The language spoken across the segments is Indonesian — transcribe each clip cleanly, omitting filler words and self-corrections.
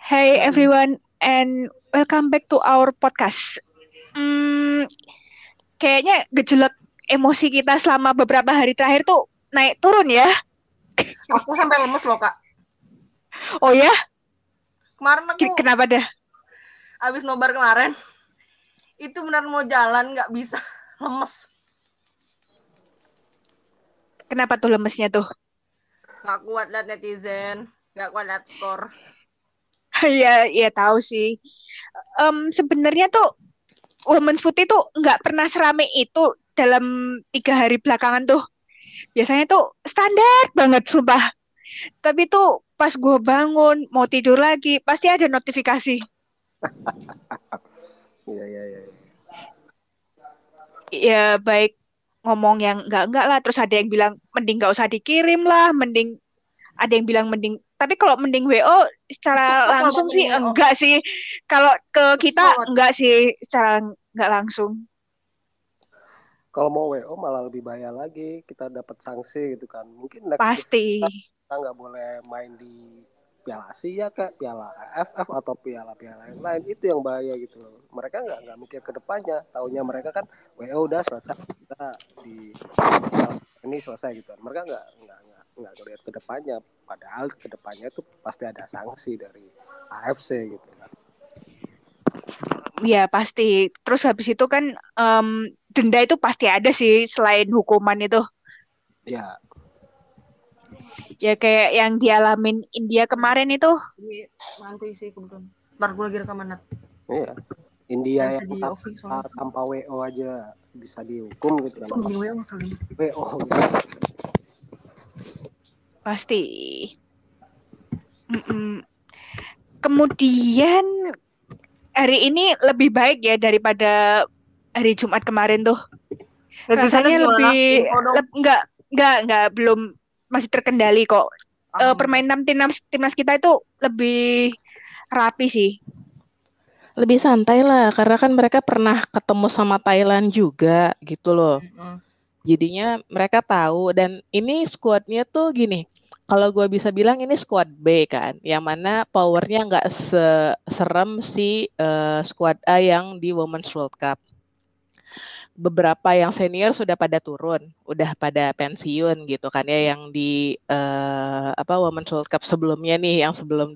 Hey Hmm. everyone and welcome back to our podcast. Hmm, Kayaknya gejolak emosi kita selama beberapa hari terakhir tuh naik turun ya. Aku sampai lemes loh kak. Oh ya, Kemarin aku kenapa dah? abis nobar kemarin, itu benar mau jalan nggak bisa, lemes. Kenapa tuh lemesnya tuh? Nggak kuat liat netizen, nggak kuat liat skor. Ya, ya tahu sih. Sebenarnya tuh Women's Putih tuh nggak pernah serame itu dalam 3 hari belakangan tuh. Biasanya tuh standar banget sumpah. Tapi tuh pas gue bangun mau tidur lagi pasti ada notifikasi. Iya, iya, iya. Ya baik ngomong yang enggak lah, terus ada yang bilang mending nggak usah dikirim lah, mending ada yang bilang mending, tapi kalau mending WO secara Itu kesel langsung banget sih ini WO, enggak sih, kalau ke kita kesel banget. enggak sih secara enggak langsung. Kalau mau WO malah lebih bahaya lagi, kita dapat sanksi gitu kan. Mungkin next game Pasti. kita nggak boleh main di Piala Asia kayak Piala AFF atau piala-piala yang lain, itu yang bahaya gitu loh. Mereka nggak mikir ke depannya, taunya mereka kan WO udah selesai, kita di ini selesai gitu kan. Mereka nggak ngelihat ke depannya, padahal ke depannya tuh pasti ada sanksi dari AFC gitu kan. Ya pasti, terus habis itu kan em, denda itu pasti ada sih selain hukuman itu. Ya, Ya kayak yang dialamin India kemarin itu. Ini nanti sih kebetulan. Ntar gue lagi rekaman Nat. iya. India Nggak bisa yang di off soalnya. tanpa WO aja bisa dihukum gitu kan. Mending WO masalahnya. WO Pasti. Mm-mm. Kemudian hari ini lebih baik ya daripada hari Jumat kemarin tuh. Netizennya Rasanya gimana? lebih Info dong. enggak belum, masih terkendali kok. Alhamdulillah. Permainan timnas timnas kita itu lebih rapi sih. Lebih santai lah karena kan mereka pernah ketemu sama Thailand juga gitu loh. Jadinya mereka tahu dan ini squadnya tuh gini. Kalau gue bisa bilang ini squad B kan, yang mana powernya nggak serem si squad A yang di Women's World Cup. Beberapa yang senior sudah pada turun, udah pada pensiun gitu kan ya, yang di Women's World Cup sebelumnya nih, yang sebelum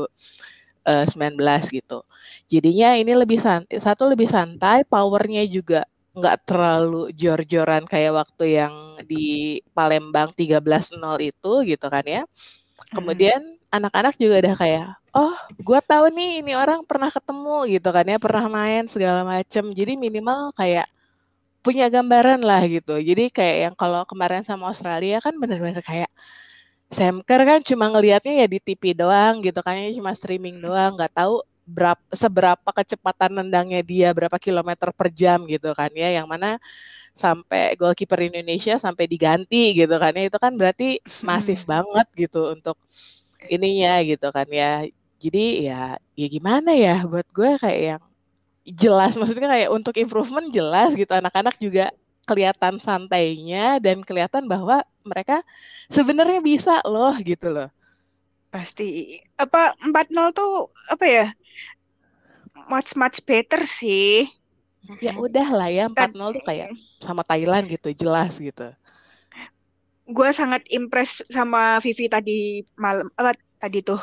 2019 gitu. Jadinya ini lebih santai, lebih santai, powernya juga nggak terlalu jor-joran kayak waktu yang di Palembang 13-0 itu gitu kan ya. Kemudian anak-anak juga udah kayak, oh gue tahu nih ini orang pernah ketemu gitu kan ya, pernah main segala macem. Jadi minimal kayak punya gambaran lah gitu. Jadi kayak yang kalau kemarin sama Australia kan bener-bener kayak Sam Kerr kan cuma ngelihatnya ya di TV doang gitu kan, cuma streaming doang, nggak tahu seberapa kecepatan nendangnya dia, berapa kilometer per jam gitu kan ya, yang mana sampai goalkeeper Indonesia sampai diganti gitu kan ya, itu kan berarti masif banget gitu untuk ininya gitu kan ya. Jadi ya gimana ya, buat gue kayak yang jelas, maksudnya kayak untuk improvement jelas gitu, anak-anak juga kelihatan santainya dan kelihatan bahwa mereka sebenarnya bisa loh gitu loh. Pasti. Apa 4-0 tuh apa ya? Much much better sih. Ya udah lah ya, Tad 4-0 tuh kayak sama Thailand gitu, jelas gitu. gue sangat impress sama Vivi tadi malam, apa tadi tuh.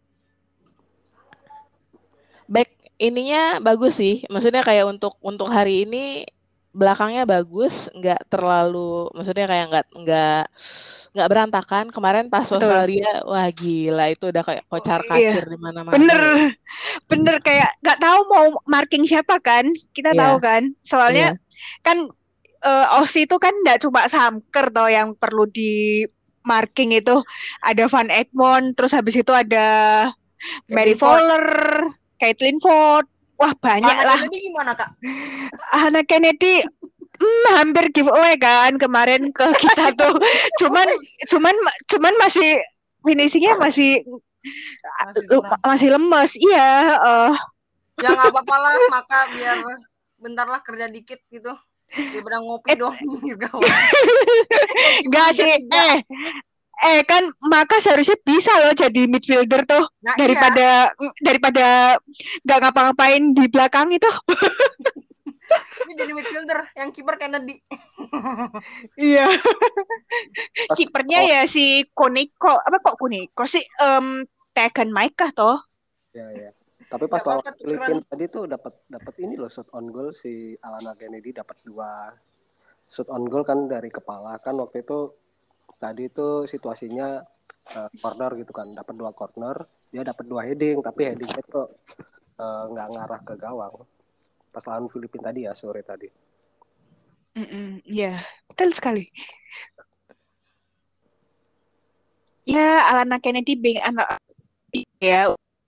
Back ininya bagus sih, maksudnya kayak untuk hari ini belakangnya bagus, nggak terlalu, maksudnya kayak nggak berantakan. Kemarin pas Betul. Australia, wah gila itu udah kayak kocar Iya. kacir di mana-mana Bener, ya. bener kayak nggak tahu mau marking siapa kan? Kita tahu Iya, kan? Soalnya iya. kan Aussie itu kan nggak cuma Samker toh yang perlu di marking itu, ada Van Egmond, terus habis itu ada Mary Caitlin Ford. Fowler, Caitlin Ford, wah banyak Anak lah. ini gimana kak? Hannah Kennedy hampir giveaway kan kemarin ke kita tuh. Cuman cuman cuman masih finishingnya masih masih lemes. Iya, Ya nggak apa-apa lah, maka biar bentar lah kerja dikit gitu. Dia pada ngopi dong pinggir gawang. enggak sih. Kan Maka seharusnya bisa loh jadi midfielder tuh Nah daripada nggak ngapa-ngapain di belakang itu. ini jadi midfielder yang kiper Kennedy. Iya. Pas Kipernya ya si Koneko, apa kok Koneko sih? Tegan Maika toh. ya. Tapi pas Nggak lawan apa-apa tuh, Filipina keren. tadi tuh dapat ini loh, shot on goal si Alana Kennedy dapat 2 shoot on goal kan dari kepala kan waktu itu. Tadi itu situasinya corner gitu kan, dapat 2 corner, dia dapat 2 heading, tapi headingnya tuh nggak ngarah ke gawang. Pas lawan Filipina tadi ya, sore tadi. Ya, betul sekali. Ya, Alana Kennedy being anak ya.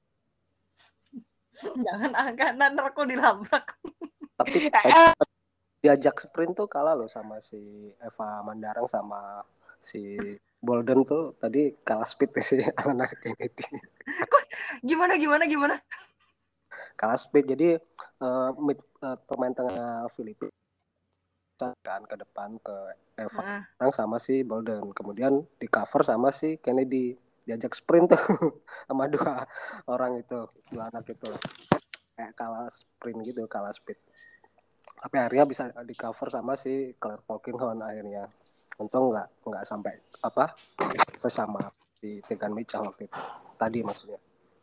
Jangan angkat narko dilabrak. Tapi diajak sprint tuh kalah loh sama si Eva Mandarang sama si Bolden tuh tadi kalah speed si Alana Kennedy. Gimana? Kalah speed, jadi pemain tengah Filipina kan ke depan ke Eva sama si Bolden, kemudian di cover sama si Kennedy, diajak sprint tuh sama 2 orang itu, 2 anak itu, kayak kalah sprint gitu, kalah speed, tapi akhirnya bisa di cover sama si Claire Polkinghorn akhirnya. Untung nggak sampai bersama di Tegan Micha waktu itu tadi maksudnya.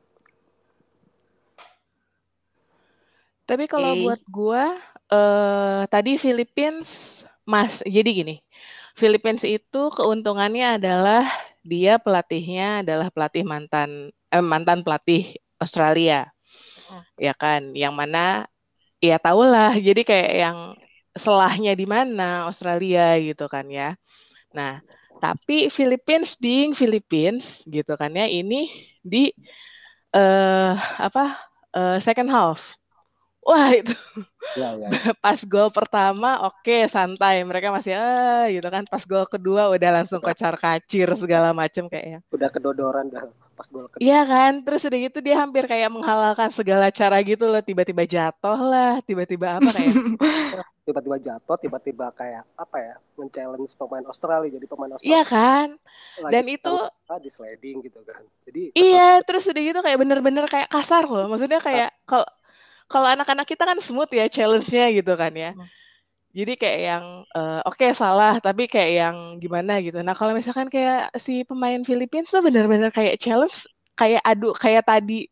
Tapi kalau buat gua tadi Philippines jadi gini. Philippines itu keuntungannya adalah dia pelatihnya adalah mantan pelatih Australia. Ya kan, yang mana ya tahulah, jadi kayak yang selahnya di mana Australia gitu kan ya. Nah, tapi Philippines being Philippines gitu kan ya, ini di second half. Wah itu ya. pas gol pertama oke, santai, mereka masih gitu kan. Pas gol kedua udah langsung kocar kacir segala macem kayaknya. Udah kedodoran dah pas gol kedua. Iya kan, terus udah gitu dia hampir kayak menghalalkan segala cara gitu loh, tiba-tiba jatuh lah, tiba-tiba apa kayak tiba-tiba jatuh, tiba-tiba kayak apa ya, men-challenge pemain Australia, jadi pemain Australia. Iya kan, dan itu di sliding gitu kan. Jadi iya, terus udah gitu kayak bener-bener kayak kasar loh, maksudnya kayak kalau anak-anak kita kan smooth ya challenge-nya gitu kan ya. Jadi kayak yang oke, salah, tapi kayak yang gimana gitu. Nah kalau misalkan kayak si pemain Philippines tuh bener-bener kayak challenge, kayak kayak tadi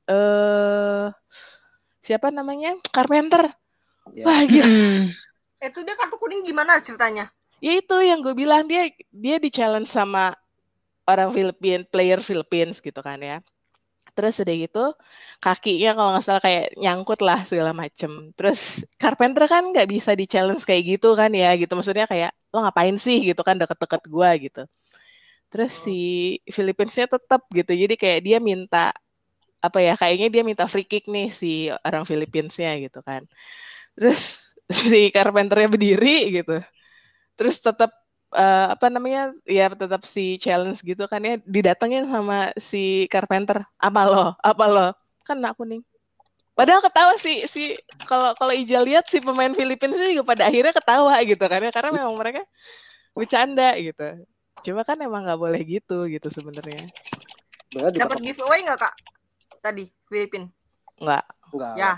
siapa namanya, Carpenter. Wah gitu. Itu dia kartu kuning gimana ceritanya? Ya itu yang gue bilang, dia di challenge sama orang player Philippines gitu kan ya. Terus udah gitu kakinya kalau nggak salah kayak nyangkut lah segala macem. Terus Carpenter kan nggak bisa di challenge kayak gitu kan ya gitu. Maksudnya kayak lo ngapain sih gitu kan, deket-deket gue gitu. Terus si Philippinesnya tetap gitu. Jadi kayak dia minta kayaknya dia minta free kick nih si orang Philippinesnya gitu kan. Terus si Carpenternya berdiri gitu. Terus tetap tetap si challenge gitu kan ya, didatengin sama si Carpenter, apa lo kena kuning. Padahal ketawa si kalau Ija lihat si pemain Filipina juga pada akhirnya ketawa gitu kan ya, karena memang mereka bercanda gitu. Cuma kan emang nggak boleh gitu sebenarnya. Dapat giveaway nggak kak tadi Filipina? Nggak. Ya.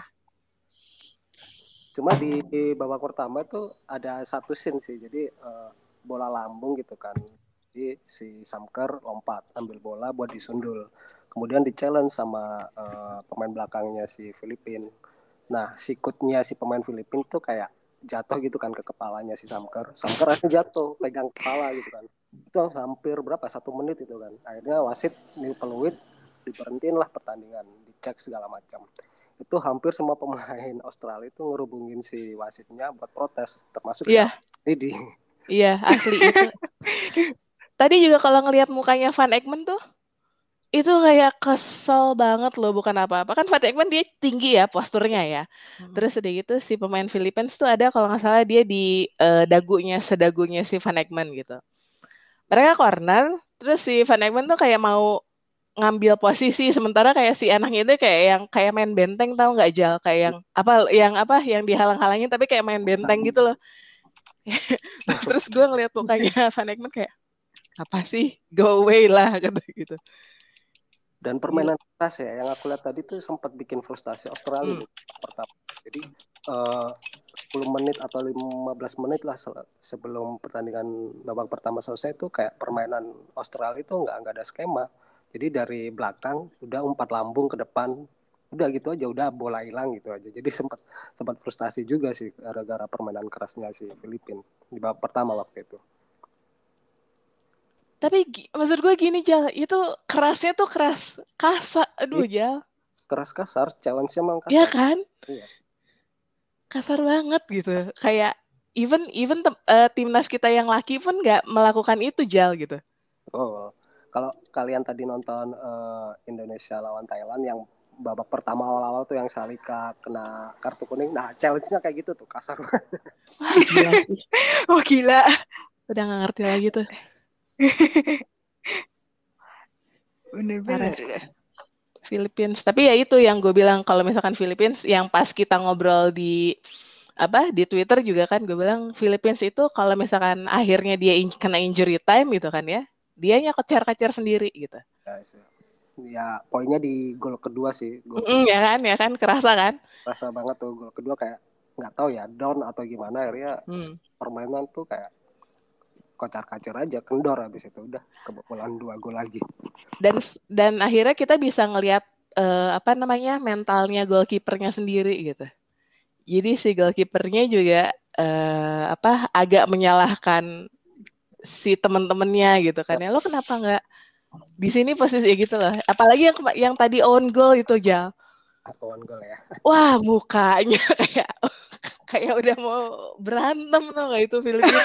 Cuma di babak pertama tuh ada satu scene sih, jadi bola lambung gitu kan, jadi si Samker lompat ambil bola buat disundul, kemudian di challenge sama pemain belakangnya si Filipina. Nah sikutnya si pemain Filipina tuh kayak jatuh gitu kan ke kepalanya si Samker akhirnya jatuh pegang kepala gitu kan. Itu hampir 1 menit itu kan, akhirnya wasit nih peluit, diberhentiin lah pertandingan, dicek segala macam. Itu hampir semua pemain Australia itu ngerubungin si wasitnya buat protes, termasuk Didi. Iya, asli itu. Tadi juga kalau ngelihat mukanya Van Ekman tuh, itu kayak kesel banget loh, bukan apa-apa. Kan Van Ekman dia tinggi ya posturnya ya. Terus udah gitu si pemain Philippines tuh ada kalau nggak salah dia di sedagunya si Van Ekman gitu. Mereka corner, terus si Van Ekman tuh kayak mau ngambil posisi, sementara kayak si anaknya itu kayak yang kayak main benteng, tahu nggak Jal, kayak yang dihalang-halangin tapi kayak main benteng gitu loh. Terus gue ngeliat mukanya Van Ekman kayak apa sih, go away lah kata gitu. Dan permainan keras ya yang aku lihat tadi tuh sempat bikin frustasi Australia nih pertama. Jadi 10 menit atau 15 menit lah sebelum pertandingan babak pertama selesai tuh kayak permainan Australia itu nggak ada skema. Jadi dari belakang udah umpat lambung ke depan, udah gitu aja, udah bola hilang gitu aja. Jadi sempat frustasi juga sih gara-gara permainan kerasnya si Filipina di babak pertama waktu itu. Tapi maksud gue gini Jal, itu kerasnya tuh keras kasar, aduh Jal. Keras kasar, challenge-nya emang kasar. Iya kan? Iya. Kasar banget gitu. Kayak even timnas kita yang laki pun nggak melakukan itu Jal gitu. Oh, kalau kalian tadi nonton Indonesia lawan Thailand yang babak pertama awal-awal tuh yang Salika kena kartu kuning, nah challenge-nya kayak gitu tuh kasar. Wah gila sih. Wah gila. Udah nggak ngerti lagi tuh. Bener-bener. Philippines. Tapi ya itu yang gue bilang, kalau misalkan Philippines yang pas kita ngobrol di Twitter juga kan gue bilang Philippines itu kalau misalkan akhirnya dia kena injury time gitu kan ya, dianya kecer-kecer sendiri gitu. Ya poinnya di gol kedua sih. Ya kan kerasa kan? Kerasa banget tuh gol kedua, kayak nggak tahu ya down atau gimana akhirnya permainan tuh kayak kocar-kacir aja, kendor habis itu udah kebobolan 2 gol lagi. Dan akhirnya kita bisa ngelihat mentalnya goalkeepernya sendiri gitu. Jadi si goalkeepernya juga agak menyalahkan si teman-temannya gitu kan ya, lo kenapa nggak di sini posisi gitu loh. Apalagi yang tadi own goal itu Jal. Own goal ya. Wah mukanya kayak udah mau berantem tuh nggak itu Filipina.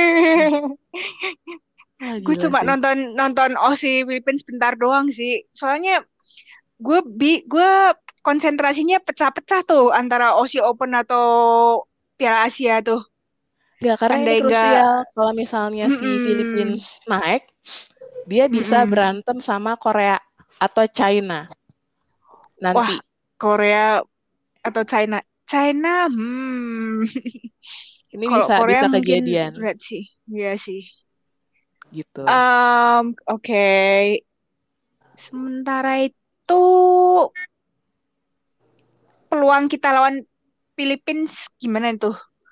Gue cuma nonton Aussie Philippines sebentar doang sih. Soalnya gue konsentrasinya pecah-pecah tuh antara Aussie Open atau Piala Asia tuh. Ya karena ini krusial kalau misalnya si Philippines naik, dia bisa berantem sama Korea atau China nanti. Wah, Korea atau China. Ini bisa kejadian. Berat sih. Iya sih. Gitu. Oke. Sementara itu peluang kita lawan Philippines gimana itu?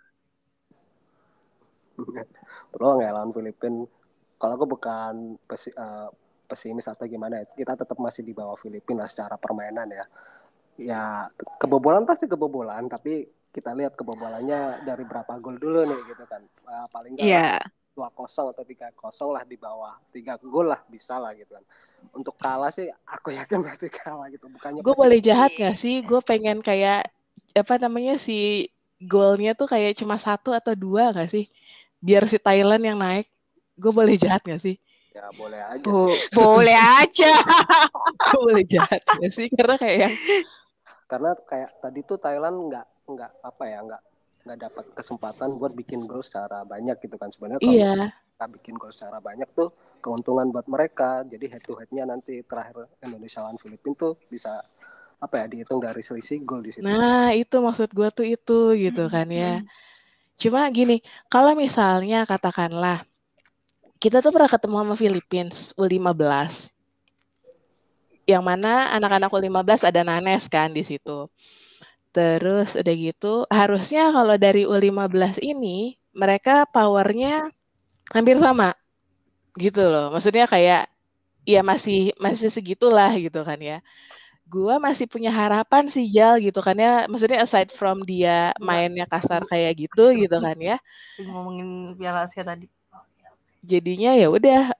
Peluang ya lawan Philippines. Kalau aku bukan pesimis atau gimana ya, kita tetap masih di bawah Filipina secara permainan ya. Ya kebobolan pasti kebobolan, tapi kita lihat kebobolannya dari berapa gol dulu nih gitu kan. Paling nggak 2-0 atau 3-0 lah, di bawah 3 gol lah bisa lah gitu kan. Untuk kalah sih aku yakin pasti kalah gitu. Bukannya gue boleh jahat nggak sih? Gue pengen kayak si golnya tuh kayak cuma 1 atau 2 nggak sih? Biar si Thailand yang naik. Gue boleh jahat nggak sih? Ya boleh aja sih. Boleh aja. Gue boleh jahat nggak sih? Karena kayak tadi tuh Thailand nggak dapat kesempatan buat bikin gol secara banyak gitu kan. Sebenarnya kalau kita bikin gol secara banyak tuh keuntungan buat mereka. Jadi head to headnya nanti terakhir Indonesia lawan Filipina tuh bisa dihitung dari selisih gol di situ. Nah itu maksud gue tuh itu gitu kan ya. Cuma gini, kalau misalnya katakanlah kita tuh pernah ketemu sama Philippines U15. Yang mana anak-anak U15 ada Nanes kan di situ. Terus udah gitu, harusnya kalau dari U15 ini mereka powernya hampir sama. Gitu loh. Maksudnya kayak ya masih segitulah gitu kan ya. Gua masih punya harapan sih Jal gitu kan ya. Maksudnya aside from dia mainnya kasar kayak gitu kan ya. Ngomongin Piala Asia tadi. Jadinya ya udah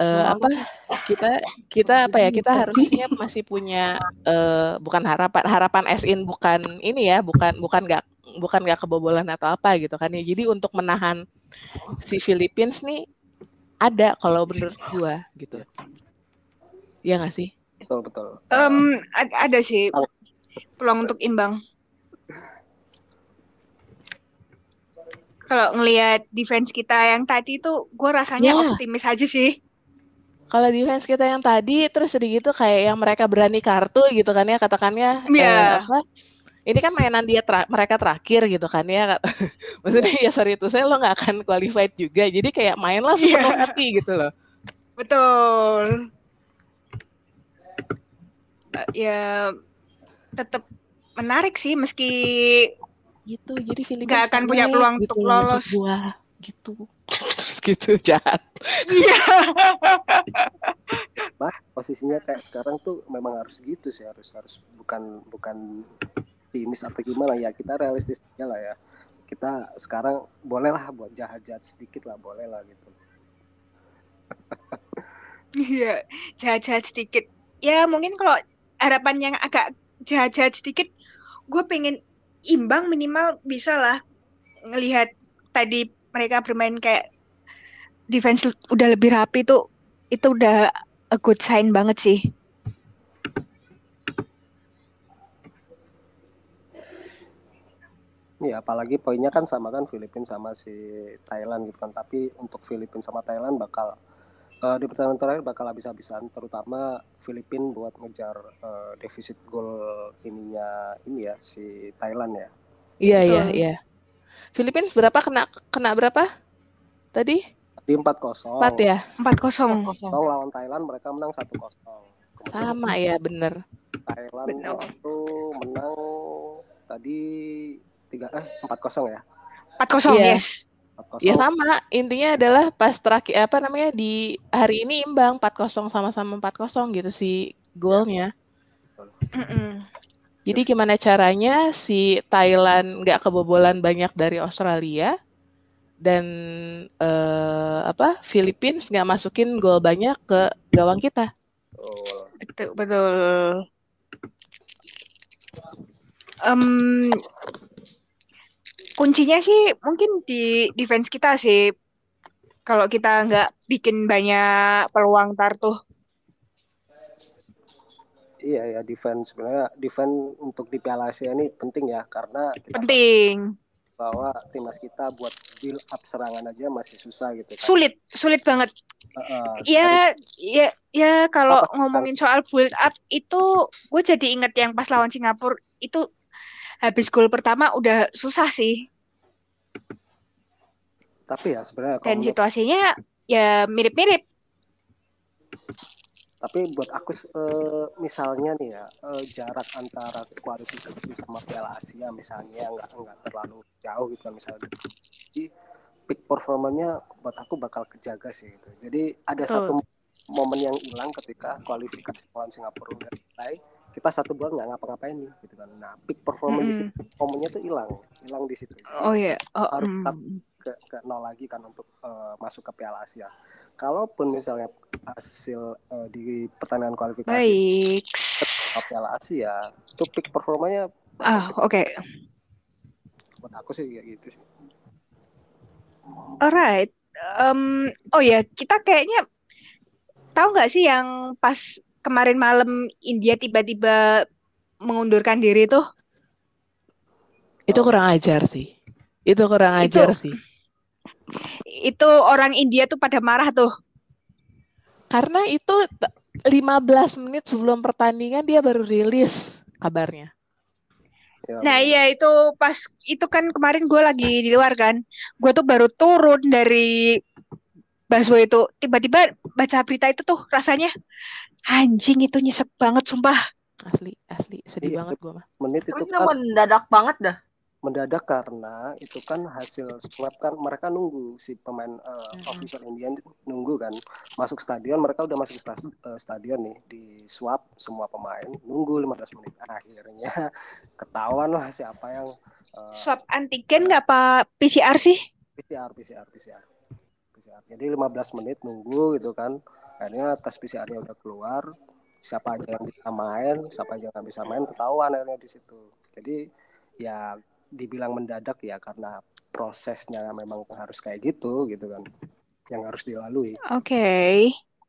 kita harusnya masih punya bukan harapan as in bukan ini ya, bukan nggak kebobolan atau apa gitu kan ya. Jadi untuk menahan si Philippines nih ada kalau menurut gua gitu. Ya nggak sih? Betul. Ada sih peluang untuk imbang. Kalau ngelihat defense kita yang tadi tuh, gue rasanya optimis aja sih. Kalau defense kita yang tadi, terus sedikit kayak yang mereka berani kartu gitu kan ya, katakannya. Ini kan mainan mereka terakhir gitu kan ya. Maksudnya ya sorry itu saya lo nggak akan qualified juga. Jadi kayak mainlah sepenuh hati gitu loh. Betul. Ya tetap menarik sih meski Gitu. Jadi Filipina nggak akan punya peluang gitu untuk loh, maksud lolos. gua gitu. Terus gitu jahat. Iya. Bah, posisinya kayak sekarang tuh memang harus gitu sih, harus bukan optimis atau gimana ya, kita realistis aja lah ya. Kita sekarang bolehlah buat jahat-jahat sedikit lah, boleh lah gitu. Iya, jahat-jahat sedikit. Ya mungkin kalau harapan yang agak jahat-jahat sedikit, gue pengen imbang minimal bisa lah ngelihat tadi mereka bermain kayak defense udah lebih rapi tuh, itu udah a good sign banget sih. Ya apalagi poinnya kan sama kan, Filipina sama si Thailand gitu kan. Tapi untuk Filipina sama Thailand bakal di pertandingan terakhir bakal habis-habisan, terutama Filipina buat ngejar defisit gol ininya ini ya si Thailand ya. Iya, Betul. iya, iya. Filipina berapa kena berapa? Tadi? Di 4-0. 4 ya? 4-0. Lawan Thailand mereka menang 1-0. Sama ya, bener. Thailand Benar. itu menang tadi 4-0 ya. 4-0, Iya. yes. 4-0. Ya sama, intinya adalah pas terakhir apa namanya di hari ini imbang 4-0 sama-sama 4-0 gitu sih golnya. Mm-mm. Jadi gimana caranya si Thailand nggak kebobolan banyak dari Australia dan Philippines nggak masukin gol banyak ke gawang kita. Oh. Betul, betul. Kuncinya sih mungkin di defense kita sih. Kalau kita nggak bikin banyak peluang tar tuh. Iya ya, defense sebenarnya untuk di Piala Asia ini penting ya, karena kita Penting. bahwa timnas kita buat build up serangan aja masih susah gitu kan. Sulit banget. Ya kalau ngomongin soal build up itu, gue jadi inget yang pas lawan Singapura itu habis gol pertama udah susah sih. Tapi ya sebenarnya Dan situasinya ya mirip-mirip. Tapi buat aku misalnya nih ya, jarak antara kualifikasi sama Piala Asia misalnya nggak terlalu jauh gitu kan, misalnya jadi peak performanya buat aku bakal kejaga sih gitu. Jadi ada satu momen yang hilang ketika kualifikasi lawan Singapura udah selesai, kita 1 bulan nggak ngapa-ngapain nih gitu kan. Nah peak performance di situ momennya tuh hilang di situ. Oh iya. Harus ke nol lagi kan untuk masuk ke Piala Asia. Kalaupun misalnya hasil di pertandingan kualifikasi Piala Asia itu peak performanya oke. Buat aku sih kayak gitu sih. Alright. Oh ya, kita kayaknya tahu nggak sih yang pas kemarin malam India tiba-tiba mengundurkan diri tuh? Itu kurang ajar sih. Itu orang India tuh pada marah tuh. Karena itu 15 menit sebelum pertandingan dia baru rilis kabarnya. Nah iya, itu pas itu kan kemarin gue lagi di luar kan. Gue tuh baru turun dari busway itu. Tiba-tiba baca berita itu tuh rasanya anjing, itu nyesek banget sumpah. Asli sedih banget gue mah. Menit itu kan mendadak banget dah. Mendadak karena itu kan hasil swab kan, mereka nunggu si pemain official Indian nunggu kan masuk stadion, mereka udah masuk stadion nih, di swab semua pemain, nunggu 15 menit. Akhirnya ketahuan lah siapa yang swab antigen nggak Pak, PCR sih? PCR. Jadi 15 menit nunggu gitu kan, akhirnya tes PCR-nya udah keluar, siapa aja yang bisa main, siapa aja yang nggak bisa main, ketahuan akhirnya di situ. Jadi ya dibilang mendadak ya karena prosesnya memang harus kayak gitu kan, yang harus dilalui. Oke.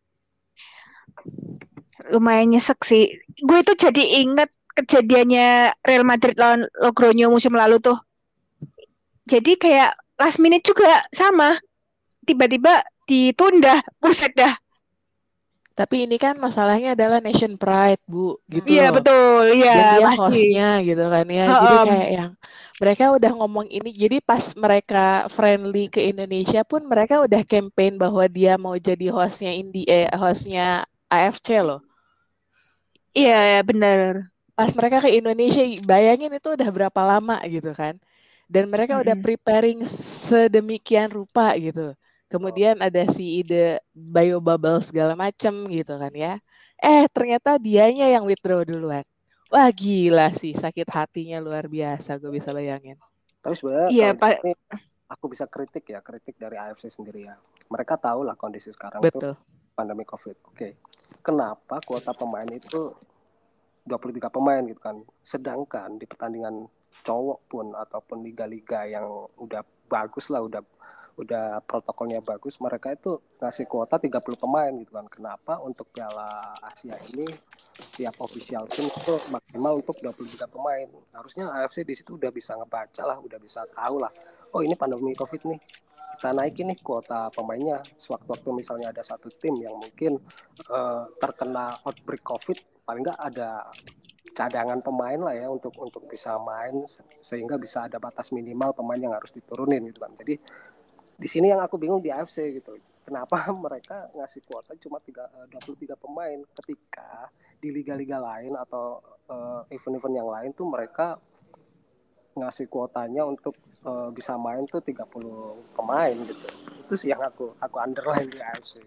Lumayan nyesek sih. Gue itu jadi inget kejadiannya Real Madrid lawan Logroño musim lalu tuh. Jadi kayak last minute juga sama. Tiba-tiba ditunda. Buset dah. Tapi ini kan masalahnya adalah nation pride, Bu, gitu. Iya, betul. Iya, dan dia pasti hostnya gitu kan ya. Jadi kayak yang mereka udah ngomong ini. Jadi pas mereka friendly ke Indonesia pun mereka udah campaign bahwa dia mau jadi hostnya AFC loh. Iya, bener. Pas mereka ke Indonesia, bayangin itu udah berapa lama gitu kan. Dan mereka udah Mm-mm. preparing sedemikian rupa gitu. Kemudian ada si ide bio bubble segala macem gitu kan ya. Ternyata dianya yang withdraw duluan. Wah gila sih, sakit hatinya luar biasa, gue bisa bayangin. Tapi sebenarnya Iya, kalau Pak. ini aku bisa kritik dari AFC sendiri ya. Mereka tahu lah kondisi sekarang tuh Betul. pandemi COVID. Oke. Kenapa kuota pemain itu 23 pemain gitu kan. Sedangkan di pertandingan cowok pun ataupun liga-liga yang udah bagus lah, udah protokolnya bagus, mereka itu ngasih kuota 30 pemain gitu kan. Kenapa untuk Piala Asia ini tiap official tim itu maksimal untuk 23 pemain? Harusnya AFC di situ udah bisa ngebaca lah, udah bisa tahu lah. Oh, ini pandemi Covid nih. Kita naikin nih kuota pemainnya. Sewaktu-waktu misalnya ada satu tim yang mungkin terkena outbreak Covid, paling nggak ada cadangan pemain lah ya untuk bisa main, sehingga bisa ada batas minimal pemain yang harus diturunin gitu kan. Jadi di sini yang aku bingung di AFC gitu. Kenapa mereka ngasih kuota cuma 23 pemain ketika di liga-liga lain atau event-event yang lain tuh mereka ngasih kuotanya untuk bisa main tuh 30 pemain gitu. Itu sih yang aku underline di AFC.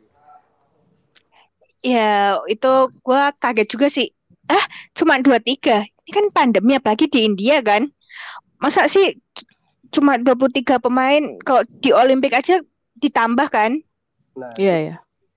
Ya, itu gue kaget juga sih. Cuma 23. Ini kan pandemi, apalagi di India kan. Masa sih cuma 23 pemain, kalau di Olimpik aja ditambah kan? Nah, Iya itu ya.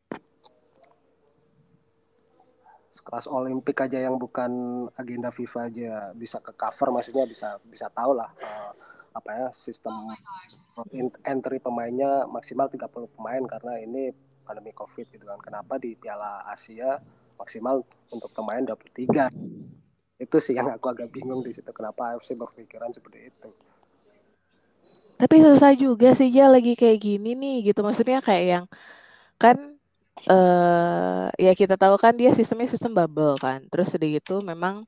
kelas Olimpik aja yang bukan agenda FIFA aja bisa ke cover, maksudnya bisa tahu lah apa ya sistem entry pemainnya maksimal 30 pemain karena ini pandemi Covid gitu kan. Kenapa di Piala Asia maksimal untuk pemain 23? Itu sih yang aku agak bingung di situ, kenapa AFC berpikiran seperti itu. Tapi susah juga sih ya lagi kayak gini nih gitu. Maksudnya kayak yang kan ya kita tahu kan dia sistemnya sistem bubble kan. Terus udah gitu memang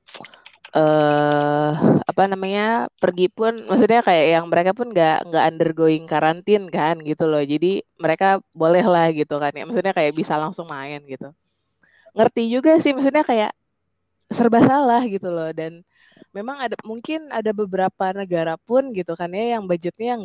apa namanya pergi pun maksudnya kayak yang mereka pun nggak undergoing karantin kan gitu loh. Jadi mereka boleh lah gitu kan ya. Maksudnya kayak bisa langsung main gitu. Ngerti juga sih maksudnya kayak serba salah gitu loh dan memang mungkin ada beberapa negara pun gitu kan ya yang budgetnya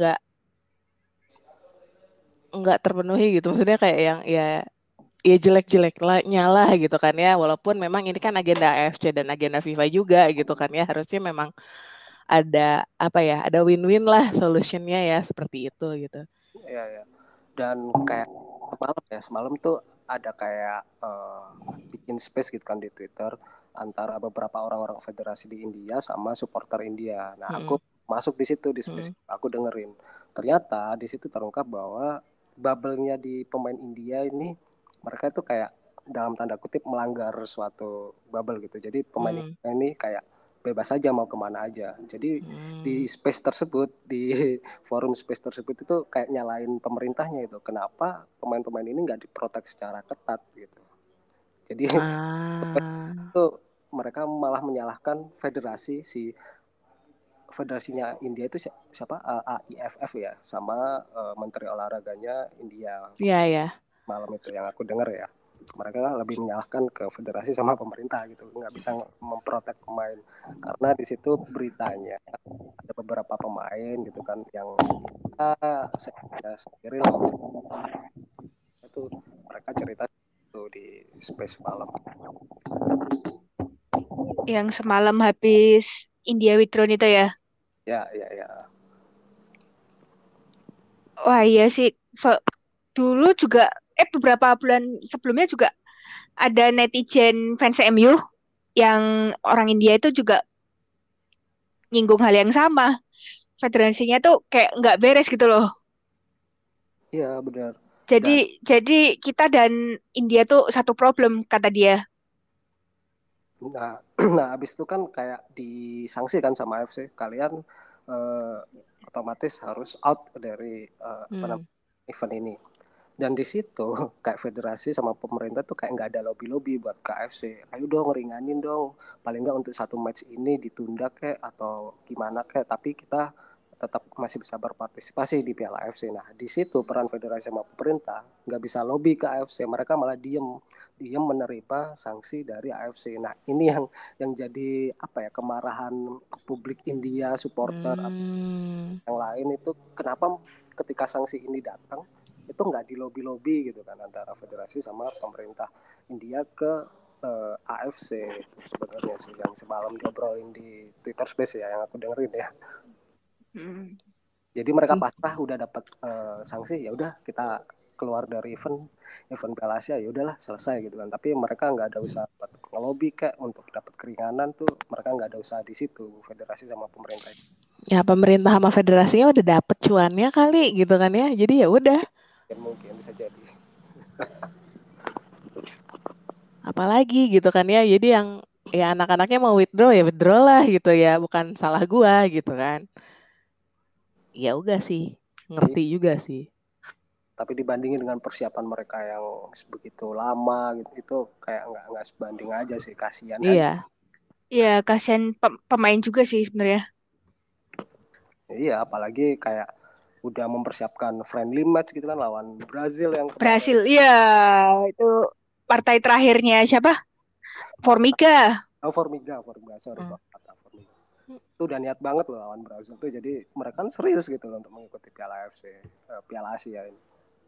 nggak terpenuhi gitu. Maksudnya kayak yang ya jelek-jeleknya lah gitu kan ya. Walaupun memang ini kan agenda AFC dan agenda FIFA juga gitu kan ya. Harusnya memang ada apa ya, ada win-win lah solutionnya ya seperti itu gitu. Ya. Dan kayak semalam tuh ada kayak bikin space gitu kan di Twitter antara beberapa orang-orang federasi di India sama supporter India. Nah, aku masuk di situ di space, aku dengerin. Ternyata di situ terungkap bahwa bubble-nya di pemain India ini mereka itu kayak dalam tanda kutip melanggar suatu bubble gitu. Jadi pemain India ini kayak bebas aja mau kemana aja. Jadi di space tersebut, di forum space tersebut itu kayak nyalain pemerintahnya itu. Kenapa pemain-pemain ini nggak diprotek secara ketat gitu. Jadi itu mereka malah menyalahkan federasinya India itu siapa AIFF ya, sama menteri olahraganya India. Iya ya. Malam itu yang aku dengar ya, mereka lebih menyalahkan ke federasi sama pemerintah gitu, nggak bisa memprotek pemain karena di situ beritanya ada beberapa pemain gitu kan yang saya sendiri lah itu mereka cerita itu di space malam Yang semalam habis India withdrawn itu ya. ya. Wah iya sih. Dulu juga beberapa bulan sebelumnya juga ada netizen fans MU yang orang India itu juga nyinggung hal yang sama. Federasinya tuh kayak nggak beres gitu loh. Iya benar. Jadi kita dan India tuh satu problem kata dia. Nah habis itu kan kayak disanksi kan sama AFC, kalian otomatis harus out dari event ini. Dan di situ kayak federasi sama pemerintah tuh kayak nggak ada lobby-lobby buat KFC. Ayo dong ringanin dong. Paling nggak untuk satu match ini ditunda kek atau gimana kek. Tapi kita tetap masih bisa berpartisipasi di Piala AFC. Nah di situ peran federasi sama pemerintah nggak bisa lobby ke AFC. Mereka malah diem menerima sanksi dari AFC. Nah ini yang jadi apa ya kemarahan publik India, supporter atau yang lain itu kenapa ketika sanksi ini datang itu nggak di lobby gitu kan antara federasi sama pemerintah India ke AFC itu sebenarnya sih yang semalam diobrolin di Twitter Space ya yang aku dengerin ya. Jadi mereka pasrah udah dapat sanksi ya udah kita keluar dari event Piala Asia ya udahlah selesai gitu kan. Tapi mereka nggak ada usaha buat ngelobi kayak untuk dapat keringanan tuh mereka nggak ada usaha di situ federasi sama pemerintah. Ya pemerintah sama federasinya udah dapet cuannya kali gitu kan ya. Jadi ya udah. Mungkin bisa jadi. Apalagi gitu kan ya. Jadi yang ya anak-anaknya mau withdraw ya withdraw lah gitu ya. Bukan salah gua gitu kan. Ya udah sih. Ngerti juga sih. Tapi dibandingin dengan persiapan mereka yang begitu lama gitu itu kayak nggak sebanding aja sih kasihan aja. Iya kasihan pemain juga sih sebenarnya. Iya apalagi kayak udah mempersiapkan friendly match gitu kan lawan Brazil yang Brasil, iya itu partai terakhirnya siapa? Formiga. Formiga, sorry kata Formiga. Itu udah niat banget loh lawan Brazil tuh jadi mereka kan serius gitu loh untuk mengikuti Piala AFC, Piala Asia ini.